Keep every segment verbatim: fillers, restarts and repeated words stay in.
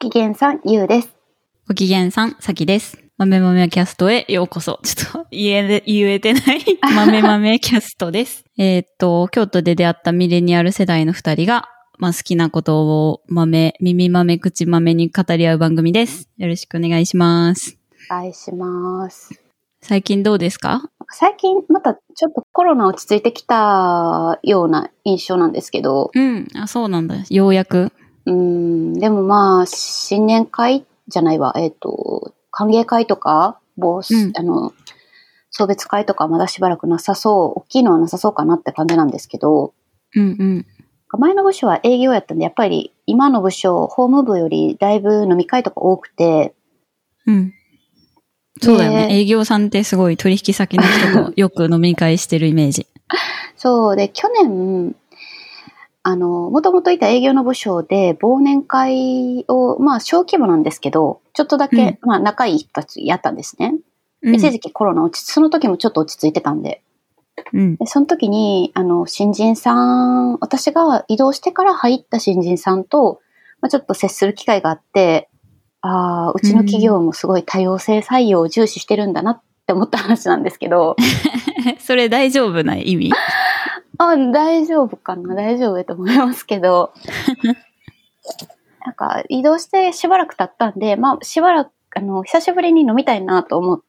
きげんさん、ゆうです。 ごきげんさん、さきです。豆豆キャストへようこそ。ちょっと言え、言えてない豆豆キャストです。えっと、京都で出会ったミレニアル世代の二人が、まあ、好きなことを豆、耳豆、口豆に語り合う番組です。よろしくお願いします。 お願いします。 最近どうですか？ 最近またちょっとコロナ落ち着いてきたような印象なんですけど。 うん、あ、そうなんだ。ようやく。 うーん、でもまあ、新年会じゃないわ。えっと、歓迎会とか、ボス、うん、あの、送別会とかまだしばらくなさそう、大きいのはなさそうかなって感じなんですけど。 うんうん。 前の部署は営業やったんで、やっぱり今の部署、法務部よりだいぶ飲み会とか多くて。 うん。そうだよね。営業さんってすごい取引先の人とよく飲み会してるイメージ。 そうで、去年、あの、もともといた営業の部署で忘年会を、まあ小規模なんですけど、ちょっとだけ、うん、まあ仲いい人たちやったんですね。うん、一時期コロナ落ち、その時もちょっと落ち着いてたんで。うん、でその時に、あの、新人さん、私が移動してから入った新人さんと、まあ、ちょっと接する機会があって、ああ、うちの企業もすごい多様性採用を重視してるんだなって思った話なんですけど。 それ大丈夫な意味？ あ、大丈夫かな大丈夫と思いますけど。なんか、移動してしばらく経ったんで、まあ、しばらく、あの、久しぶりに飲みたいなと思って、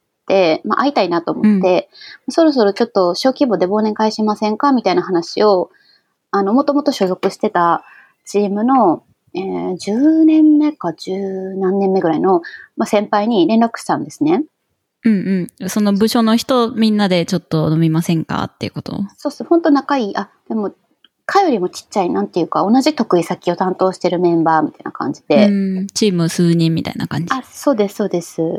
まあ、会いたいなと思って、うん、そろそろちょっと小規模で忘年会しませんかみたいな話を、あの、もともと所属してたチームの、えー、じゅうねんめかじゅうなんねんめぐらいの、まあ、先輩に連絡したんですね。 うんうん。その部署の人みんなでちょっと飲みませんかっていうこと？ そうそう、本当仲いい。あ、でも、かよりもちっちゃい、なんていうか、同じ得意先を担当してるメンバーみたいな感じで。 うん、チーム数人みたいな感じ。 あ、そうです、そうです。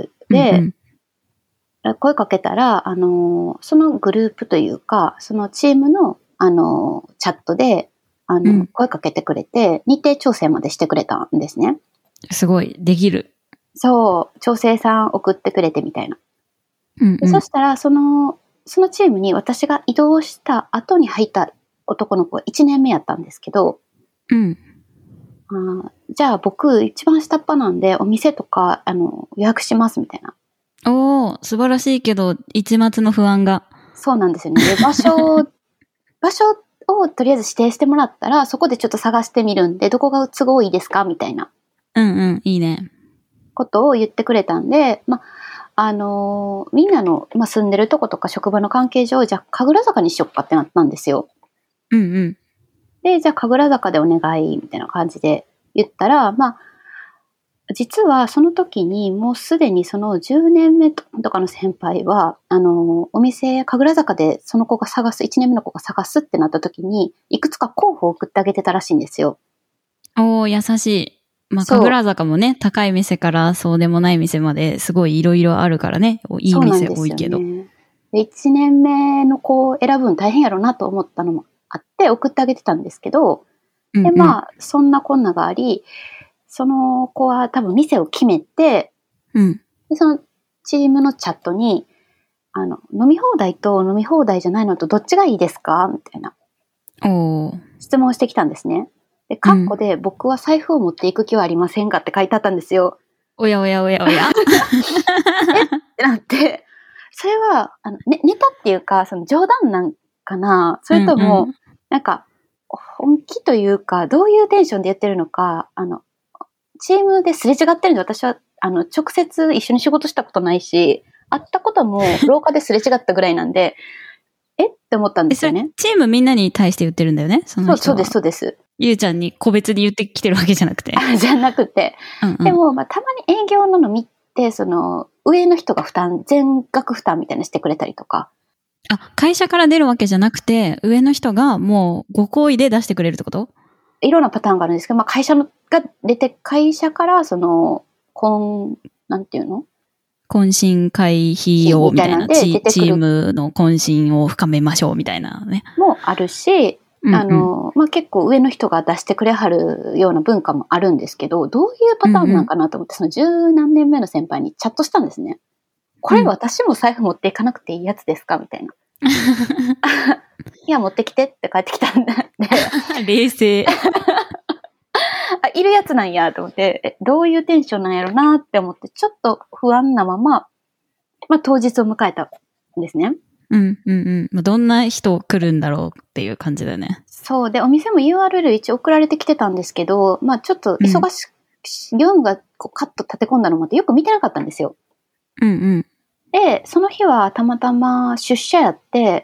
で、うんうん、声かけたら、あの、そのグループというか、そのチームの、あの、チャットで、あの、うん、声かけてくれて、日程調整までしてくれたんですね。 すごい、できる。 そう、調整さん送ってくれてみたいな。 うんうん、 でそしたら、その、そのチームに私が移動した後に入った男の子がいちねんめやったんですけど、 うん。 あ、じゃあ僕一番下っ端なんでお店とか、あの、予約しますみたいな。 おー、素晴らしいけど、一末の不安が。 そうなんですよね。で場所、場所をとりあえず指定してもらったら、そこでちょっと探してみるんで、どこが都合いいですかみたいな。 うんうん、いいね。 ことを言ってくれたんで、ま、あのー、みんなの、ま、住んでるとことか職場の関係上、じゃあ、神楽坂にしよっかってなったんですよ。 うんうん。 で、じゃあ、神楽坂でお願い、みたいな感じで言ったら、まあ、実はその時にもうすでにそのじゅうねんめとかの先輩は、あの、お店、神楽坂でその子が探す、いちねんめの子が探すってなった時に、いくつか候補を送ってあげてたらしいんですよ。 おー、優しい。まあ、神楽坂もね、高い店からそうでもない店まですごいいろいろあるからね、いい店多いけど。 そうなんですよね。で、いちねんめの子を選ぶの大変やろうなと思ったのもあって送ってあげてたんですけど、で、まあ、そんなこんながあり、その子は多分店を決めて、 うん、 でそのチームのチャットに、あの、飲み放題と飲み放題じゃないのとどっちがいいですかみたいな。 おー。 質問してきたんですね。で、カッコで、うん、僕は財布を持っていく気はありませんかって書いてあったんですよ。 おやおやおやおや。 えってなって、それは、あの、ね、ネタっていうか、その冗談なんかなそれとも、うんうん、なんか、本気というか、どういうテンションで言ってるのか、あの、チームですれ違ってるんで、私は、あの、直接一緒に仕事したことないし、会ったことも廊下ですれ違ったぐらいなんで、えって思ったんですよね。 チームみんなに対して言ってるんだよね、その人は。 そう、そうです、そうです。 ゆうちゃんに個別に言ってきてるわけじゃなくて。 じゃなくて。うんうん、でも、まあ、たまに営業のの見て、その、上の人が負担、全額負担みたいなしてくれたりとか。 あ、会社から出るわけじゃなくて、上の人がもうご好意で出してくれるってこと？ いろんなパターンがあるんですけど、まあ、会社のが出て、会社から、その、こん、なんていうの？ 懇親会費用みたいな、チームの懇親を深めましょうみたいなね。 もあるし、うんうん、あの、まあ、結構上の人が出してくれはるような文化もあるんですけど、どういうパターンなんかなと思って、うんうん、その十何年目の先輩にチャットしたんですね。これ私も財布持っていかなくていいやつですかみたいな。いや、持ってきてって帰ってきたんで。 冷静。 あ、いるやつなんやと思って、えどういうテンションなんやろなって思って、ちょっと不安なまま、まあ当日を迎えたんですね。 うんうんうん。どんな人来るんだろうっていう感じだよね。 そう。で、お店も ユーアールエル 一応送られてきてたんですけど、まあちょっと忙しく、うん、業務がこうカッと立て込んだのもあってよく見てなかったんですよ。 うんうん。 で、その日はたまたま出社やって、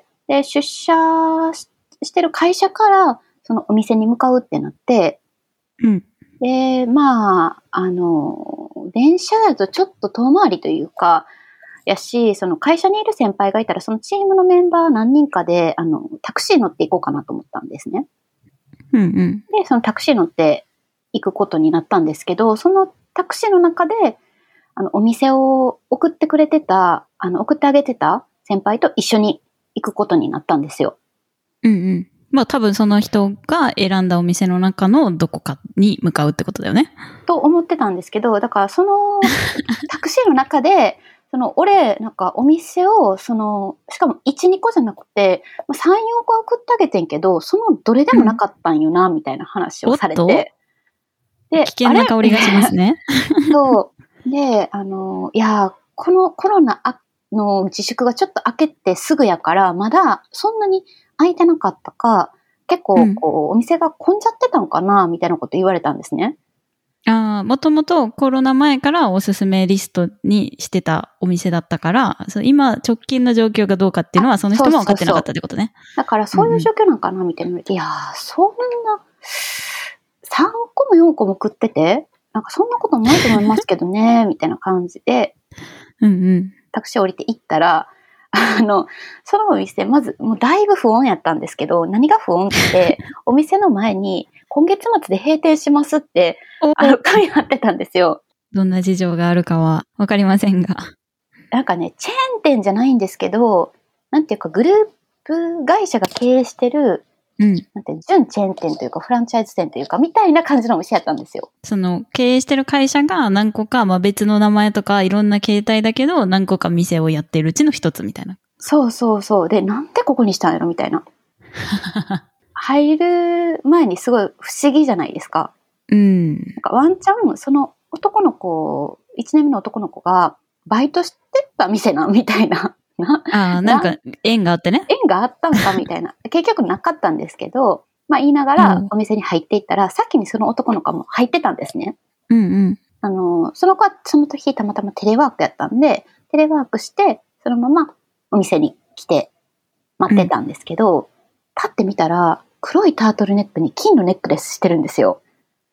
で、出社してる会社からそのお店に向かうってなって、 うん。 で、まあ、あの、電車だとちょっと遠回りというか、やし、その会社にいる先輩がいたら、そのチームのメンバー何人かで、あの、タクシー乗っていこうかなと思ったんですね。 うんうん。 で、そのタクシー乗って行くことになったんですけど、そのタクシーの中で、あの、お店を送ってくれてた、あの、送ってあげてた先輩と一緒に行くことになったんですよ。 うんうん。まあ多分その人が選んだお店の中のどこかに向かうってことだよね。と思ってたんですけど、だからそのタクシーの中で、その俺、なんかお店を、その、しかもいち、にこじゃなくて、さん、よんこ送ってあげてんけど、そのどれでもなかったんよな、みたいな話をされて。 で、危険な香りがしますね。 そう。で、あの、いや、このコロナの自粛がちょっと明けてすぐやから、まだそんなに空いてなかったか、結構こう、うん、お店が混んじゃってたんかな、みたいなこと言われたんですね。 ああ、もともとコロナ前からおすすめリストにしてたお店だったから、今直近の状況がどうかっていうのはその人も分かってなかったってことね。 そうそうそうだからそういう状況なんかなみたいな、うんうん。いやー、そんな、さんこもよんこも食ってて、なんかそんなことないと思いますけどね、みたいな感じで、 うんうん、 タクシー降りて行ったら、あの、そのお店、まず、もうだいぶ不穏やったんですけど、何が不穏って、お店の前に、今月末で閉店しますって、あの、紙貼ってたんですよ。 どんな事情があるかはわかりませんが。 なんかね、チェーン店じゃないんですけど、なんていうか、グループ会社が経営してる、うん、なんて、準チェーン店というか、フランチャイズ店というか、みたいな感じのお店やったんですよ。 その、経営してる会社が何個か、まあ別の名前とか、いろんな形態だけど、何個か店をやってるうちの一つみたいな。 そうそうそう。で、なんでここにしたんやろみたいな。入る前にすごい不思議じゃないですか。 うん。 なんかワンチャン、その男の子、いちねんめの男の子が、バイトしてた店な、みたいな。 なああ、なんか縁があってね。 縁があったんかみたいな。結局なかったんですけど、まあ言いながらお店に入っていったら、うん、先にその男の子も入ってたんですね。 うんうん。 あの、その子はその時たまたまテレワークやったんで、テレワークして、そのままお店に来て待ってたんですけど、うん、パッて見たら、黒いタートルネックに金のネックレスしてるんですよ。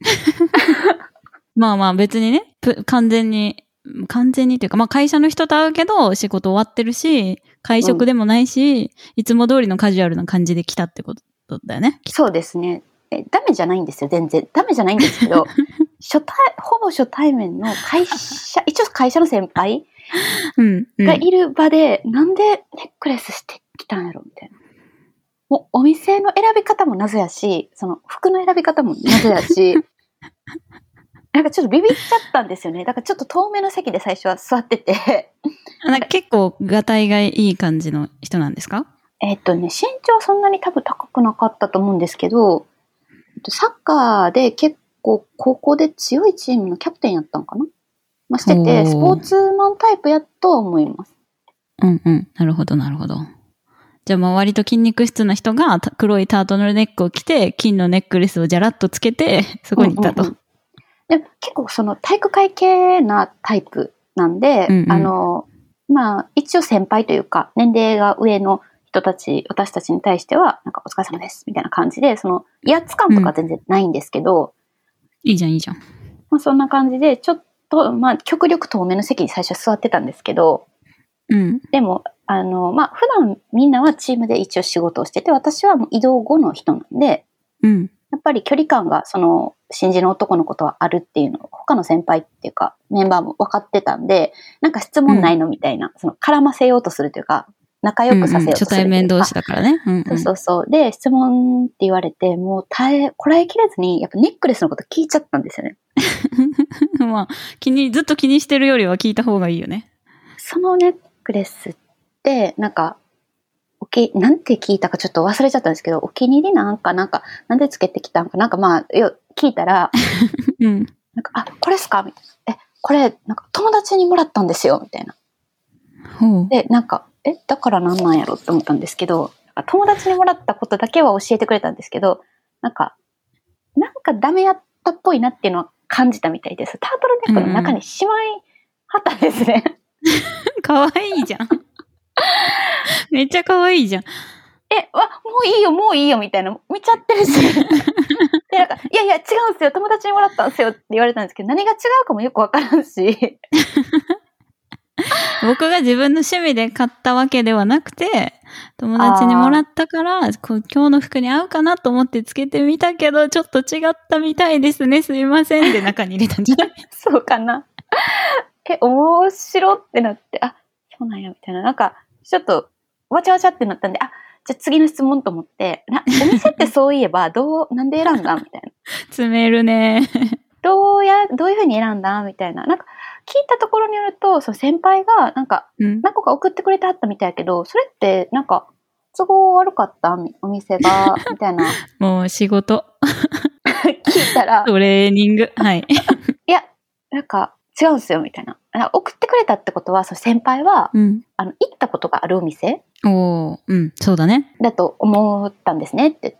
まあまあ別にね、完全に、完全にというか、まあ会社の人と会うけど仕事終わってるし、会食でもないし、うん、いつも通りのカジュアルな感じで来たってことだよね。 そうですね。え、ダメじゃないんですよ、全然。ダメじゃないんですけど、初対、ほぼ初対面の会社、一応会社の先輩がいる場で、うんうん、なんでネックレスしてきたんやろみたいな。もうお店の選び方も謎やし、その服の選び方も謎やし、なんかちょっとビビっちゃったんですよね。だからちょっと遠めの席で最初は座ってて。 なんか結構がたいがいい感じの人なんですか？ えっとね、身長はそんなに多分高くなかったと思うんですけど、サッカーで結構高校で強いチームのキャプテンやったんかな、まあ、してて、スポーツマンタイプやとは思います。 うんうん。なるほど、なるほど。じゃあまあ割と筋肉質な人が黒いタートルネックを着て、金のネックレスをじゃらっとつけて、そこに行ったと。 うんうんうん、でも結構その体育会系なタイプなんで、うんうん、あの、まあ一応先輩というか、年齢が上の人たち、私たちに対しては、なんかお疲れ様です、みたいな感じで、その威圧感とか全然ないんですけど、 うん、いいじゃんいいじゃん。 まあそんな感じで、ちょっと、まあ極力遠めの席に最初座ってたんですけど、 うん、 でも、あの、まあ普段みんなはチームで一応仕事をしてて、私はもう移動後の人なんで、 うん、 やっぱり距離感がその新人の男の子とはあるっていうのを他の先輩っていうかメンバーも分かってたんで、なんか質問ないのみたいな、うん、その絡ませようとするというか、仲良くさせようとするというか、うんうん、初対面同士だからね、うんうん、 そうそうそう。で、質問って言われて、もう耐え、こらえきれずに、やっぱネックレスのこと聞いちゃったんですよね。 まあ、気に、ずっと気にしてるよりは聞いた方がいいよね。 そのネックレスって、なんか、おき、なんて聞いたかちょっと忘れちゃったんですけど、お気に入りなんか、なんか、なんでつけてきたんか、なんかまあ、よ、 聞いたら、 うん。 なんか、あ、これっすかみたいな。え、これ、なんか友達にもらったんですよみたいな。 ほう。 で、なんか、え、だからなんなんやろって思ったんですけど、友達にもらったことだけは教えてくれたんですけど、なんか、なんかダメやったっぽいなっていうのは感じたみたいです。タートルネックの中にしまいはったんですね。 うん、かわいいじゃん。めっちゃかわいいじゃん。 え、わ、もういいよ、もういいよ、みたいな。見ちゃってるし。で、なんか、いやいや、違うんですよ、友達にもらったんですよって言われたんですけど、何が違うかもよくわからんし。 僕が自分の趣味で買ったわけではなくて、友達にもらったから、こう今日の服に合うかなと思ってつけてみたけど、ちょっと違ったみたいですね、すいませんって中に入れたんじゃないそうかな。え、面白ってなって、あ、そうなんや、みたいな。なんか、ちょっと、わちゃわちゃってなったんで、あ、じゃあ次の質問と思って、な、お店ってそういえば、どう、なんで選んだみたいな。 詰めるね。 どうや、どういうふうに選んだみたいな。なんか、聞いたところによると、その先輩が、なんか、 うん、 何個か送ってくれてあったみたいやけど、それって、なんか、都合悪かったお店が、みたいな。 もう仕事。 聞いたら、 トレーニング。はい。 いや、なんか、違うんですよ、みたいな。送ってくれたってことは、その先輩は、 うん、 あの、行ったことがあるお店おー、うん、そうだね。 だと思ったんですねって言って、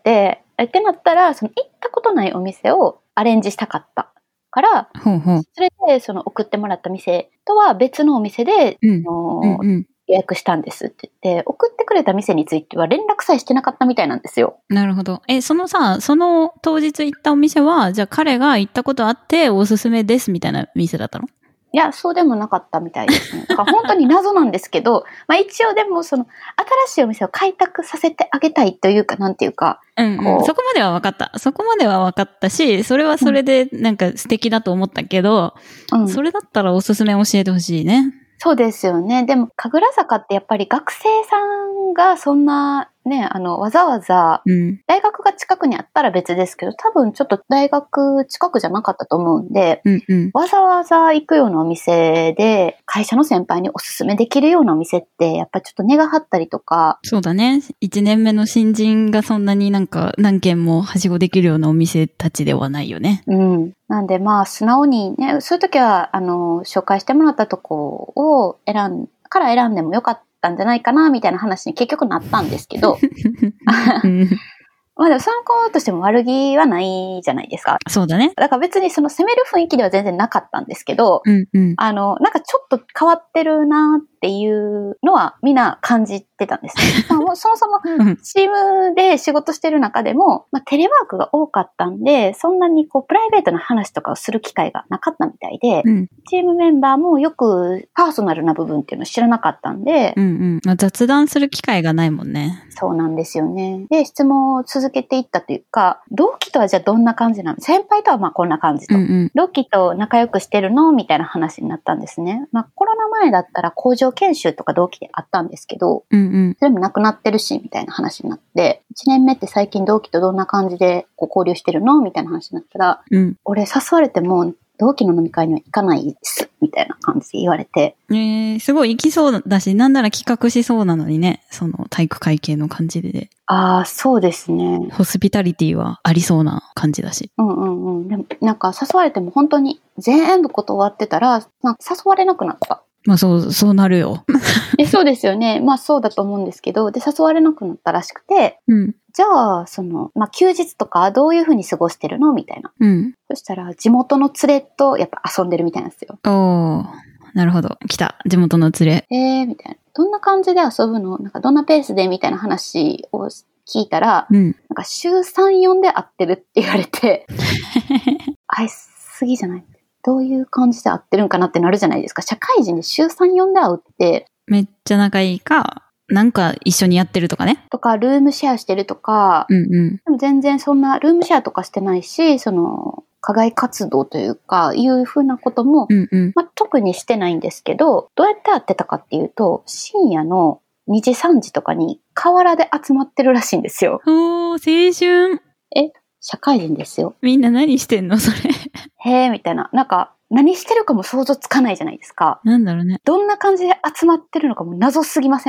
えってなったら、その行ったことないお店をアレンジしたかったから、 ほうほう。 それでその送ってもらった店とは別のお店で、 うんあのうんうん、 予約したんですって言って、送ってくれた店については連絡さえしてなかったみたいなんですよ。 なるほど。え、そのさ、その当日行ったお店は、じゃあ彼が行ったことあっておすすめですみたいな店だったの？ いや、そうでもなかったみたいですね。だから本当に謎なんですけど、まあ一応でもその新しいお店を開拓させてあげたいというか、なんていうか。 うんうん。そこまでは分かった。そこまでは分かったし、それはそれでなんか素敵だと思ったけど、うん、それだったらおすすめ教えてほしいね。 そうですよね。でも、神楽坂ってやっぱり学生さんがそんなね、あの、わざわざ、大学が近くにあったら別ですけど、多分ちょっと大学近くじゃなかったと思うんで、 うんうん、 わざわざ行くようなお店で、会社の先輩におすすめできるようなお店って、やっぱりちょっと根が張ったりとか。 そうだね。一年目の新人がそんなになんか何軒もはしごできるようなお店たちではないよね。 うん。なんでまあ、素直にね、そういう時は、あの、紹介してもらったとこを選ん、から選んでもよかったんじゃないかな、みたいな話に結局なったんですけど。まあでもその子としても悪気はないじゃないですか。 そうだね。 だから別にその責める雰囲気では全然なかったんですけど、 うんうん、 あの、なんかちょっと変わってるなっていうのはみんな感じてたんですね。まあ、そもそもチームで仕事してる中でも、まあ、テレワークが多かったんで、そんなにこうプライベートな話とかをする機会がなかったみたいで、うん、チームメンバーもよくパーソナルな部分っていうのを知らなかったんで、 うんうん、雑談する機会がないもんね。 そうなんですよね。で、質問を続けていったというか、同期とはじゃあどんな感じなの？先輩とはまあこんな感じと。うんうん、同期と仲良くしてるのみたいな話になったんですね。まあコロナ前だったら工場研修とか同期であったんですけど、うんうん、それもなくなってるし、みたいな話になって、いちねんめって最近同期とどんな感じでこう交流してるのみたいな話になったら、うん、俺誘われても同期の飲み会には行かないです、みたいな感じで言われて。 えー、すごい行きそうだし、なんなら企画しそうなのにね、その体育会系の感じで。 ああ、そうですね。 ホスピタリティはありそうな感じだし。 うんうんうん。でもなんか誘われても本当に全部断ってたら、なんか誘われなくなった。 まあそう、そうなるよ。 え、そうですよね。まあそうだと思うんですけど、で、誘われなくなったらしくて、うん、じゃあ、その、まあ休日とかどういうふうに過ごしてるのみたいな。うん。そしたら、地元の連れとやっぱ遊んでるみたいなんですよ。 おー、なるほど。来た。地元の連れ。 えー、みたいな。どんな感じで遊ぶの？なんかどんなペースでみたいな話を聞いたら、うん、なんか週さん、よんで会ってるって言われて、会いすぎじゃない？どういう感じで会ってるんかなってなるじゃないですか。社会人で週さん、よんで会うって。 めっちゃ仲いいか、なんか一緒にやってるとかね。 とか、ルームシェアしてるとか、うんうん、でも全然そんなルームシェアとかしてないし、その、課外活動というか、いうふうなことも、うんうんまあ、特にしてないんですけど、どうやって会ってたかっていうと、深夜のにじ、さんじとかに河原で集まってるらしいんですよ。 おー、青春。 え、社会人ですよ。 みんな何してんのそれ。 へーみたいな。なんか、何してるかも想像つかないじゃないですか。 なんだろうね。 どんな感じで集まってるのかも謎すぎません？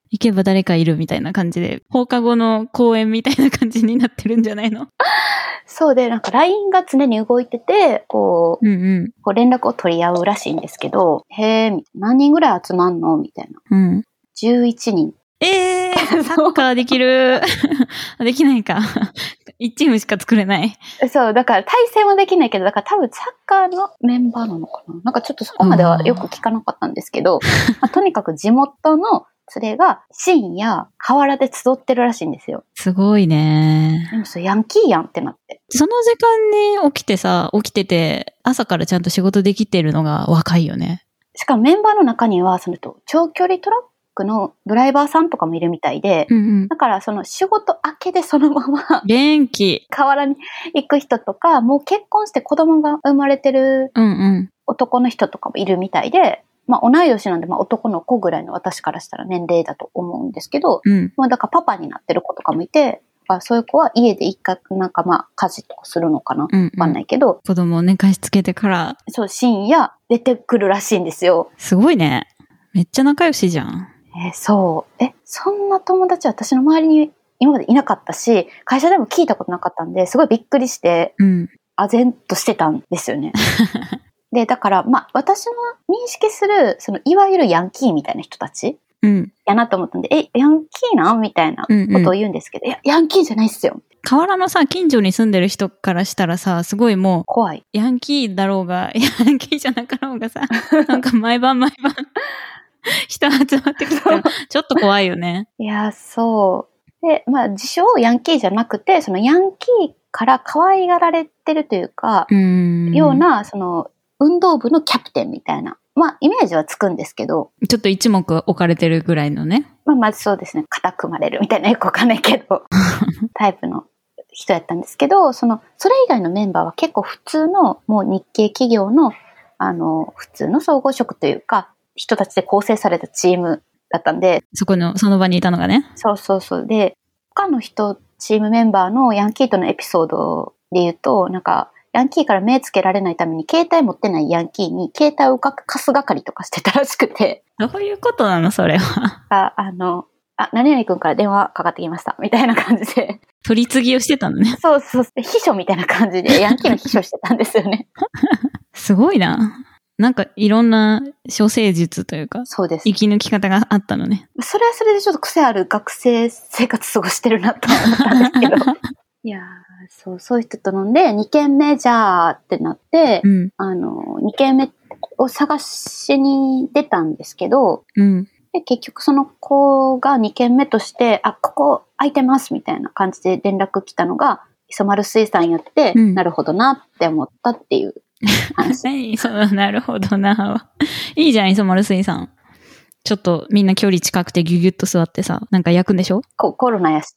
行けば誰かいるみたいな感じで、放課後の公園みたいな感じになってるんじゃないの？ そうで、なんか ライン が常に動いてて、こう、 うんうん、 こう連絡を取り合うらしいんですけど、へー、何人ぐらい集まんのみたいな。 うん。 じゅういちにん。 えー、サッカーできる。できないか。いちチームしか作れない。 そう、だから対戦はできないけど、だから多分サッカーのメンバーなのかな。なんかちょっとそこまではよく聞かなかったんですけど、まあ、とにかく地元の連れが深夜、河原で集ってるらしいんですよ。 すごいね。 でもそれヤンキーやんってなって。 その時間に起きてさ、起きてて、朝からちゃんと仕事できてるのが若いよね。 しかもメンバーの中には、その長距離トラックのドライバーさんとかもいるみたいで、 うんうん、 だからその仕事明けでそのまま元気河原に行く人とか、もう結婚して子供が生まれてる男の人とかもいるみたいで、まあ同い年なんで、まあ男の子ぐらいの私からしたら年齢だと思うんですけど、 うん、 まあだからパパになってる子とかもいて、そういう子は家で一回なんかまあ家事とかするのかな、 うんうん、 わかんないけど、 子供を寝かしつけてから、 そう深夜出てくるらしいんですよ。 すごいね。めっちゃ仲良しじゃん。 えー、そう。え、そんな友達私の周りに今までいなかったし、会社でも聞いたことなかったんで、すごいびっくりして、うん、唖然としてたんですよね。で、だから、まあ、私の認識する、その、いわゆるヤンキーみたいな人たち、うん、やなと思ったんで、え、ヤンキーなんみたいなことを言うんですけど、うんうん、いや、ヤンキーじゃないっすよ。 河原のさ、近所に住んでる人からしたらさ、すごいもう、 怖い。 ヤンキーだろうが、ヤンキーじゃなかろうがさ、なんか毎晩毎晩、人集まってきたら、ちょっと怖いよね。 いや、そう。で、まあ、自称ヤンキーじゃなくて、そのヤンキーから可愛がられてるというか、うーんような、その、運動部のキャプテンみたいな。まあ、イメージはつくんですけど。 ちょっと一目置かれてるぐらいのね。 まあ、まずそうですね。肩組まれるみたいな、よくわかんないけど、タイプの人やったんですけど、その、それ以外のメンバーは結構普通の、もう日系企業の、あの、普通の総合職というか、人たちで構成されたチームだったんで。 そこの、その場にいたのがね。 そうそうそう。で、他の人、チームメンバーのヤンキーとのエピソードで言うと、なんか、ヤンキーから目つけられないために携帯持ってないヤンキーに携帯を貸す係とかしてたらしくて。 どういうことなのそれは。 あ、あの、あ、何々くんから電話かかってきました。みたいな感じで。 取り次ぎをしてたのね。 そうそう。秘書みたいな感じでヤンキーの秘書してたんですよね。 すごいな。なんかいろんな処世術というか、 そうです。 生き抜き方があったのね。 それはそれでちょっと癖ある学生生活過ごしてるなと思ったんですけど。いやー、そう、そういう人と飲んで、にけんめじゃあってなって、うん、あの、にけんめを探しに出たんですけど、うん、で結局その子がにけんめとして、あ、ここ空いてますみたいな感じで連絡来たのが、磯丸水産やって、うん、なるほどなって思ったっていう話。 何そのなるほどな。いいじゃん、磯丸水産。ちょっとみんな距離近くてギュギュッと座ってさ、なんか焼くんでしょ？ ココロナやし。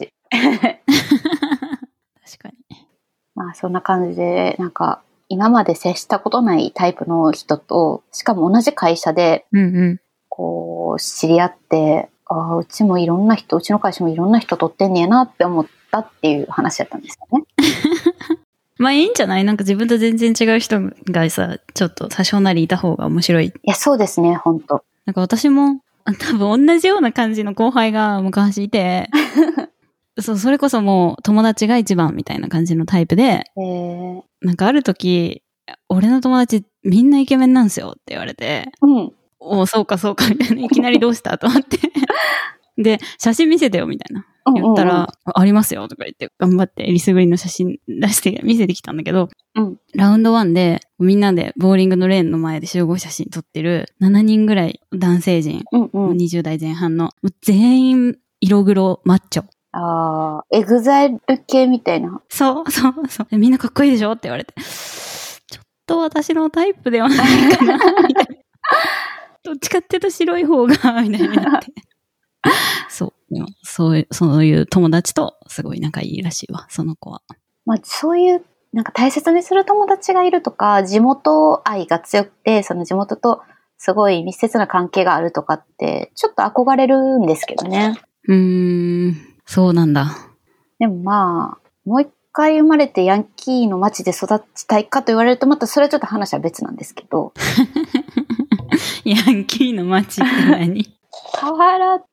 確かに。 まあそんな感じで、なんか今まで接したことないタイプの人と、しかも同じ会社で、うんうん、こう知り合って、ああ、うちもいろんな人、うちの会社もいろんな人取ってんねやなって思ったっていう話だったんですよね。 まあいいんじゃない？なんか自分と全然違う人がさ、ちょっと多少なりいた方が面白い。いや、そうですね、ほんと。 なんか私も多分同じような感じの後輩が昔いて、そう、それこそもう友達が一番みたいな感じのタイプで、えー、なんかある時、俺の友達みんなイケメンなんすよって言われて、うん、おそうかそうかみたいな、いきなりどうしたと思って。で、写真見せてよみたいな。言ったら、うんうんうん、ありますよとか言って、頑張ってリスグリの写真出して見せてきたんだけど、うん、ラウンドワンでみんなでボーリングのレーンの前で集合写真撮ってるななにんぐらい男性陣、うんうん、にじゅう代前半の、全員色黒マッチョ。 ああ、エグザイル系みたいな。 そうそうそう。みんなかっこいいでしょって言われて、ちょっと私のタイプではないかな、みたいな。どっちかっていうと白い方が、みたいになって。そう。そういう、そういう友達とすごい仲いいらしいわ、その子は。 まあ、そういう、なんか大切にする友達がいるとか、地元愛が強くて、その地元とすごい密接な関係があるとかって、ちょっと憧れるんですけどね。 うーん、そうなんだ。 でもまあ、もう一回生まれてヤンキーの街で育ちたいかと言われると、またそれはちょっと話は別なんですけど。 ヤンキーの街って何？ 河原っ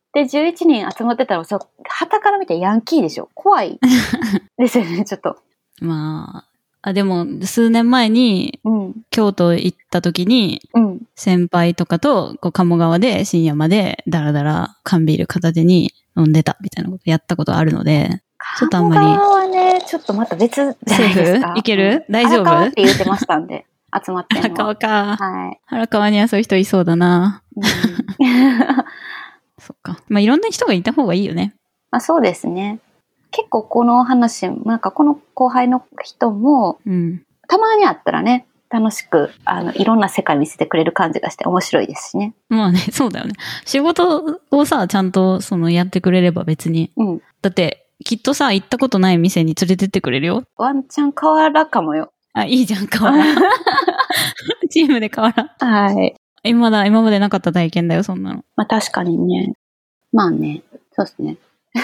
で、じゅういちにん集まってたら、そう、旗から見てヤンキーでしょ。怖いですよね、ちょっと。 まあ、あ、でも、数年前に、 うん。 京都行った時に、 うん。 先輩とかと、こう、鴨川で深夜まで、だらだら缶ビール片手に飲んでた、みたいなことやったことあるので、ちょっとあんまり。 鴨川はね、ちょっとまた別じゃないですか。 セーフいける、うん、大丈夫？ 荒川って言ってましたんで、集まってるのは。 荒川か。 はい。 荒川にはそういう人いそうだな。 うん、 そっか。まあ、いろんな人がいた方がいいよね。 まあ、そうですね。結構この話、なんかこの後輩の人も、うん、たまに会ったらね、楽しく、あの、いろんな世界見せてくれる感じがして面白いですしね。 まあね、そうだよね。仕事をさ、ちゃんとそのやってくれれば別に。うん。だって、きっとさ、行ったことない店に連れてってくれるよ。 ワンチャン河原かもよ。 あ、いいじゃん、河原。チームで河原。 はい。 今だ、今までなかった体験だよ、そんなの。 まあ確かにね。まあね、そうですね。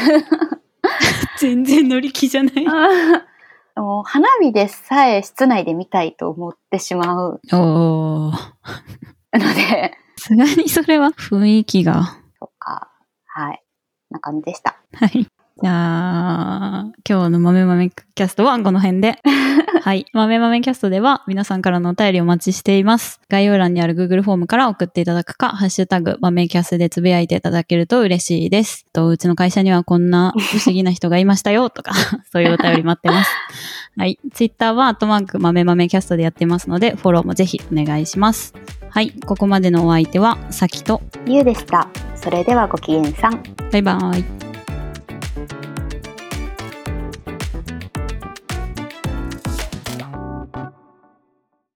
全然乗り気じゃない。 もう花火でさえ室内で見たいと思ってしまう。 おー。 ので。 さすがにそれは雰囲気が。 そっか。はい。な感じでした。 はい。じゃあ、今日の豆豆キャストはこの辺で。はい。豆豆キャストでは皆さんからのお便りをお待ちしています。概要欄にある Google フォームから送っていただくか、ハッシュタグ豆キャスでつぶやいていただけると嬉しいです。と、うちの会社にはこんな不思議な人がいましたよとか、そういうお便り待ってます。はい。Twitter はアットマーク豆豆キャストでやってますので、フォローもぜひお願いします。はい。ここまでのお相手は、さきとゆうでした。それではごきげんさん。 バイバーイ。